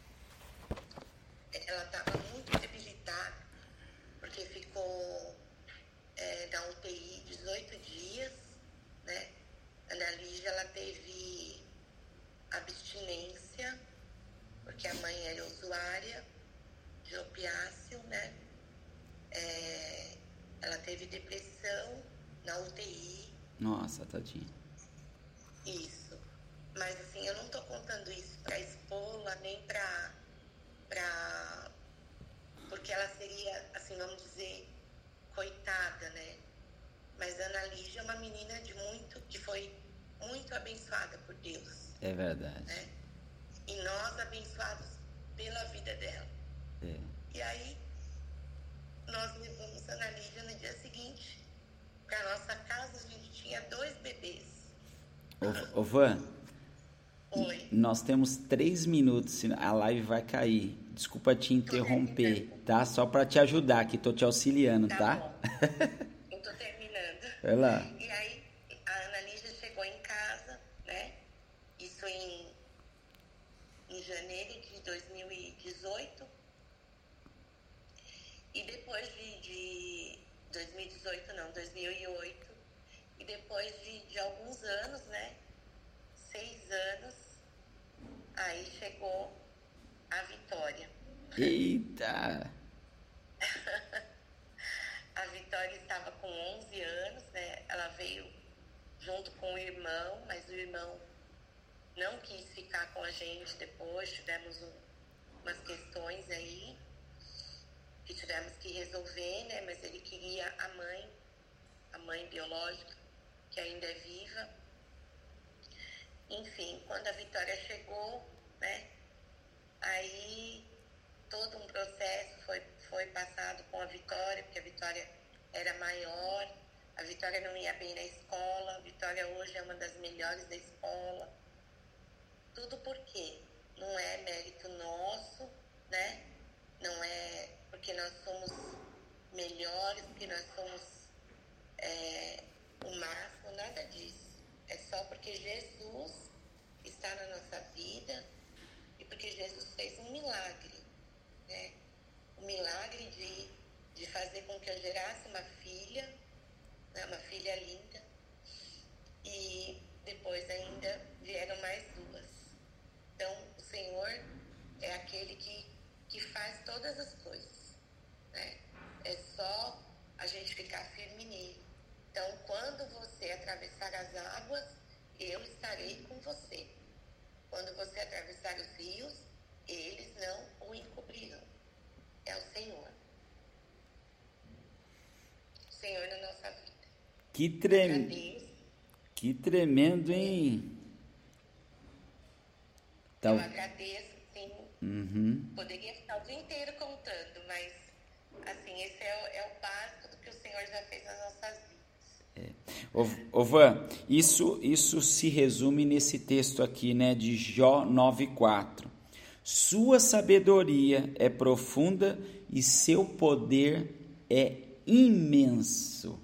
Ela estava muito debilitada, porque ficou é, na U T I dezoito dias, né? A Ana Lígia, ela teve abstinência, porque a mãe era usuária de opiáceo, né? É, ela teve depressão na U T I. Nossa, tadinha. Isso. Mas assim, eu não tô contando isso pra expô-la, nem pra, pra... porque ela seria, assim, vamos dizer, coitada, né? Mas a Ana Lígia é uma menina de muito, que foi muito abençoada por Deus. É verdade. Né? E nós abençoados pela vida dela. É. E aí, nós levamos a Ana Lígia no dia seguinte para nossa casa. A gente tinha dois bebês. Ô, ô Van, Oi. Nós temos três minutos, a live vai cair. Desculpa te interromper, tá? Só para te ajudar, que tô te auxiliando, tá? Tá bom. Eu tô terminando. Vai lá. E aí, a Ana Lígia chegou em casa, né? Isso em, em janeiro de dois mil e dezoito. E depois de, de dois mil e dezoito, não, dois mil e oito. E depois de, de alguns anos, né? Seis anos, aí chegou a Vitória. Eita! A Vitória estava com onze anos, né? Ela veio junto com o irmão, mas o irmão não quis ficar com a gente depois. Tivemos um, umas questões aí que tivemos que resolver, né? Mas ele queria a mãe, a mãe biológica, que ainda é viva. Enfim, quando a Vitória chegou, né? Aí todo um processo foi, foi passado com a Vitória, porque a Vitória era maior, a Vitória não ia bem na escola, a Vitória hoje é uma das melhores da escola. Tudo porque não é mérito nosso, né? Não é porque nós somos melhores, porque nós somos é, o máximo, nada disso. É só porque Jesus está na nossa vida e porque Jesus fez um milagre, né? Um milagre de, de fazer com que eu gerasse uma filha, né? Uma filha linda, e depois ainda vieram mais duas. Então, o Senhor é aquele que, que faz todas as coisas, né? É só a gente ficar firme nele. Então, quando você atravessar as águas, eu estarei com você. Quando você atravessar os rios, eles não o encobrirão. É o Senhor. Que, trem... que tremendo, hein? Tá... Eu agradeço, sim. Uhum. Poderia ficar o dia inteiro contando, mas, assim, esse é o, é o básico do que o Senhor já fez nas nossas vidas. É. Ô, ô Van, isso, isso se resume nesse texto aqui, né, de Jó nove, quatro. Sua sabedoria é profunda e seu poder é imenso.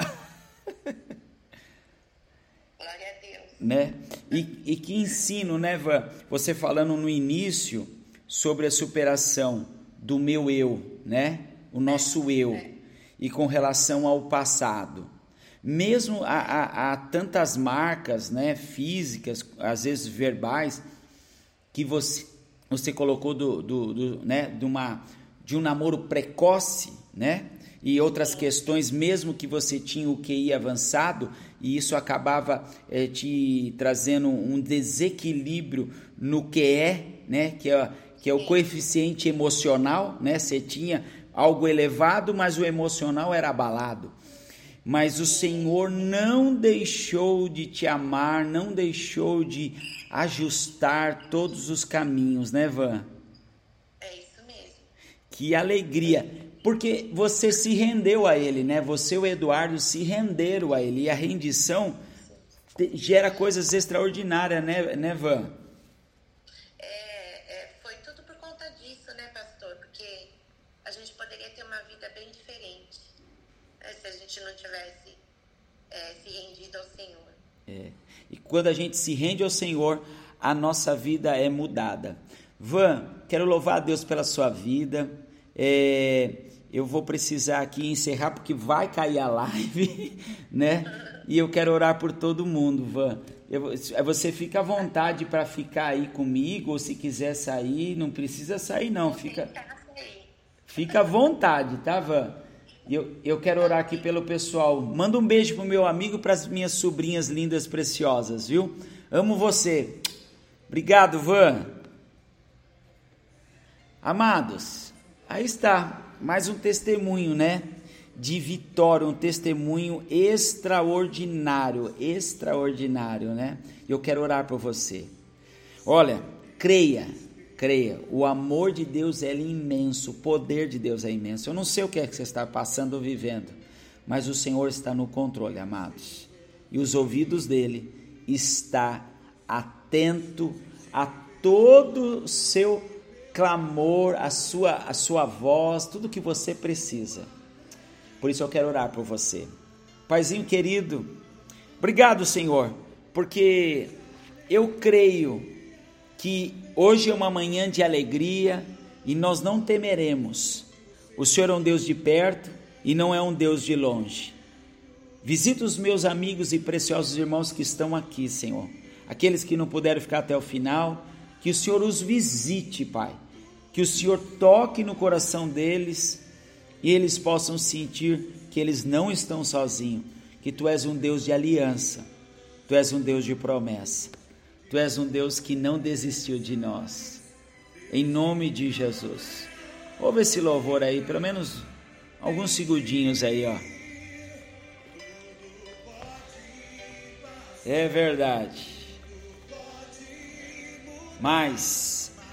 Glória a Deus. Né? E, e que ensino, né, Van? Você falando no início sobre a superação do meu eu, né? O nosso eu. E com relação ao passado. Mesmo há, há, há tantas marcas, né, físicas, às vezes verbais, que você, você colocou do, do, do, né, de, uma, de um namoro precoce, né? E outras questões, mesmo que você tinha o Q I avançado, e isso acabava é, te trazendo um desequilíbrio no Q E, né? Que é, que é o coeficiente emocional, né? Você tinha algo elevado, mas o emocional era abalado. Mas o Senhor não deixou de te amar, não deixou de ajustar todos os caminhos, né, Van? É isso mesmo. Que alegria! Porque você se rendeu a Ele, né? Você e o Eduardo se renderam a Ele. E a rendição gera coisas extraordinárias, né, né Van? É, é, foi tudo por conta disso, né, pastor? Porque a gente poderia ter uma vida bem diferente, né, se a gente não tivesse é, se rendido ao Senhor. É. E quando a gente se rende ao Senhor, a nossa vida é mudada. Van, quero louvar a Deus pela sua vida. É... Eu vou precisar aqui encerrar porque vai cair a live, né? E eu quero orar por todo mundo, Van. Eu, você fica à vontade para ficar aí comigo, ou se quiser sair, não precisa sair não, fica, fica à vontade, tá, Van? Eu, eu quero orar aqui pelo pessoal. Manda um beijo pro meu amigo e para as minhas sobrinhas lindas, preciosas, viu? Amo você. Obrigado, Van. Amados, aí está. Mais um testemunho, né, de vitória, um testemunho extraordinário, extraordinário, né? Eu quero orar por você. Olha, creia, creia, o amor de Deus é imenso, o poder de Deus é imenso. Eu não sei o que é que você está passando ou vivendo, mas o Senhor está no controle, amados. E os ouvidos dele está atento a todo o seu clamor, a sua, a sua voz, tudo que você precisa. Por isso eu quero orar por você. Paizinho querido, obrigado, Senhor, porque eu creio que hoje é uma manhã de alegria e nós não temeremos. O Senhor é um Deus de perto e não é um Deus de longe. Visita os meus amigos e preciosos irmãos que estão aqui, Senhor. Aqueles que não puderam ficar até o final, que o Senhor os visite, Pai. Que o Senhor toque no coração deles e eles possam sentir que eles não estão sozinhos, que Tu és um Deus de aliança, Tu és um Deus de promessa, Tu és um Deus que não desistiu de nós. Em nome de Jesus. Ouve esse louvor aí, pelo menos alguns segundinhos aí, ó. É verdade. Mas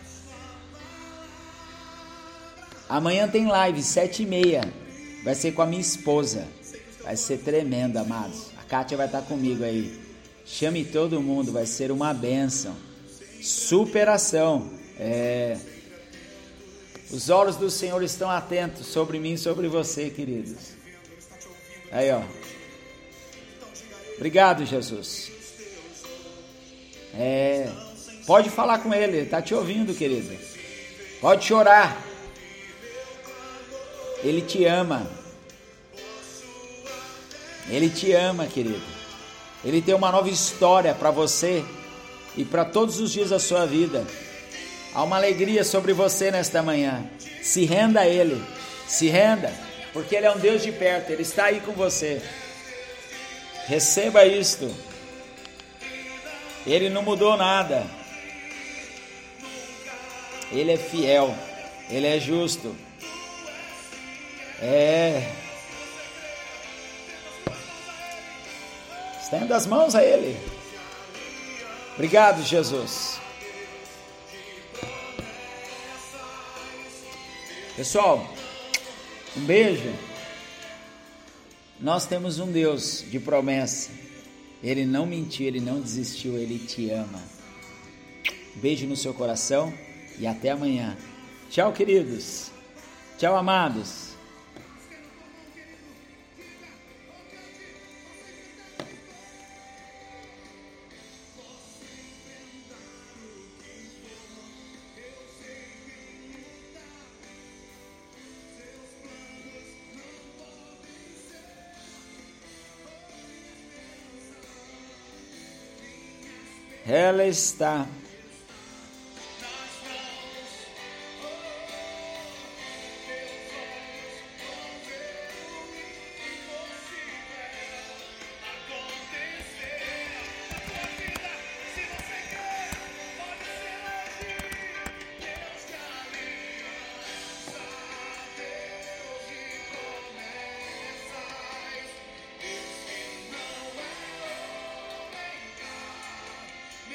amanhã tem live, sete e meia. Vai ser com a minha esposa. Vai ser tremendo, amados. A Kátia vai estar comigo aí. Chame todo mundo, vai ser uma bênção. Superação. É... Os olhos do Senhor estão atentos sobre mim e sobre você, queridos. Aí, ó. Obrigado, Jesus. É... Pode falar com ele, ele está te ouvindo, querido. Pode chorar. Ele te ama. Ele te ama, querido. Ele tem uma nova história para você e para todos os dias da sua vida. Há uma alegria sobre você nesta manhã. Se renda a Ele. Se renda, porque Ele é um Deus de perto. Ele está aí com você. Receba isto. Ele não mudou nada. Ele é fiel. Ele é justo. É. Estenda as mãos a Ele. Obrigado, Jesus. Pessoal, um beijo. Nós temos um Deus de promessa. Ele não mentiu, Ele não desistiu, Ele te ama. Beijo no seu coração e até amanhã. Tchau, queridos. Tchau, amados. Ela está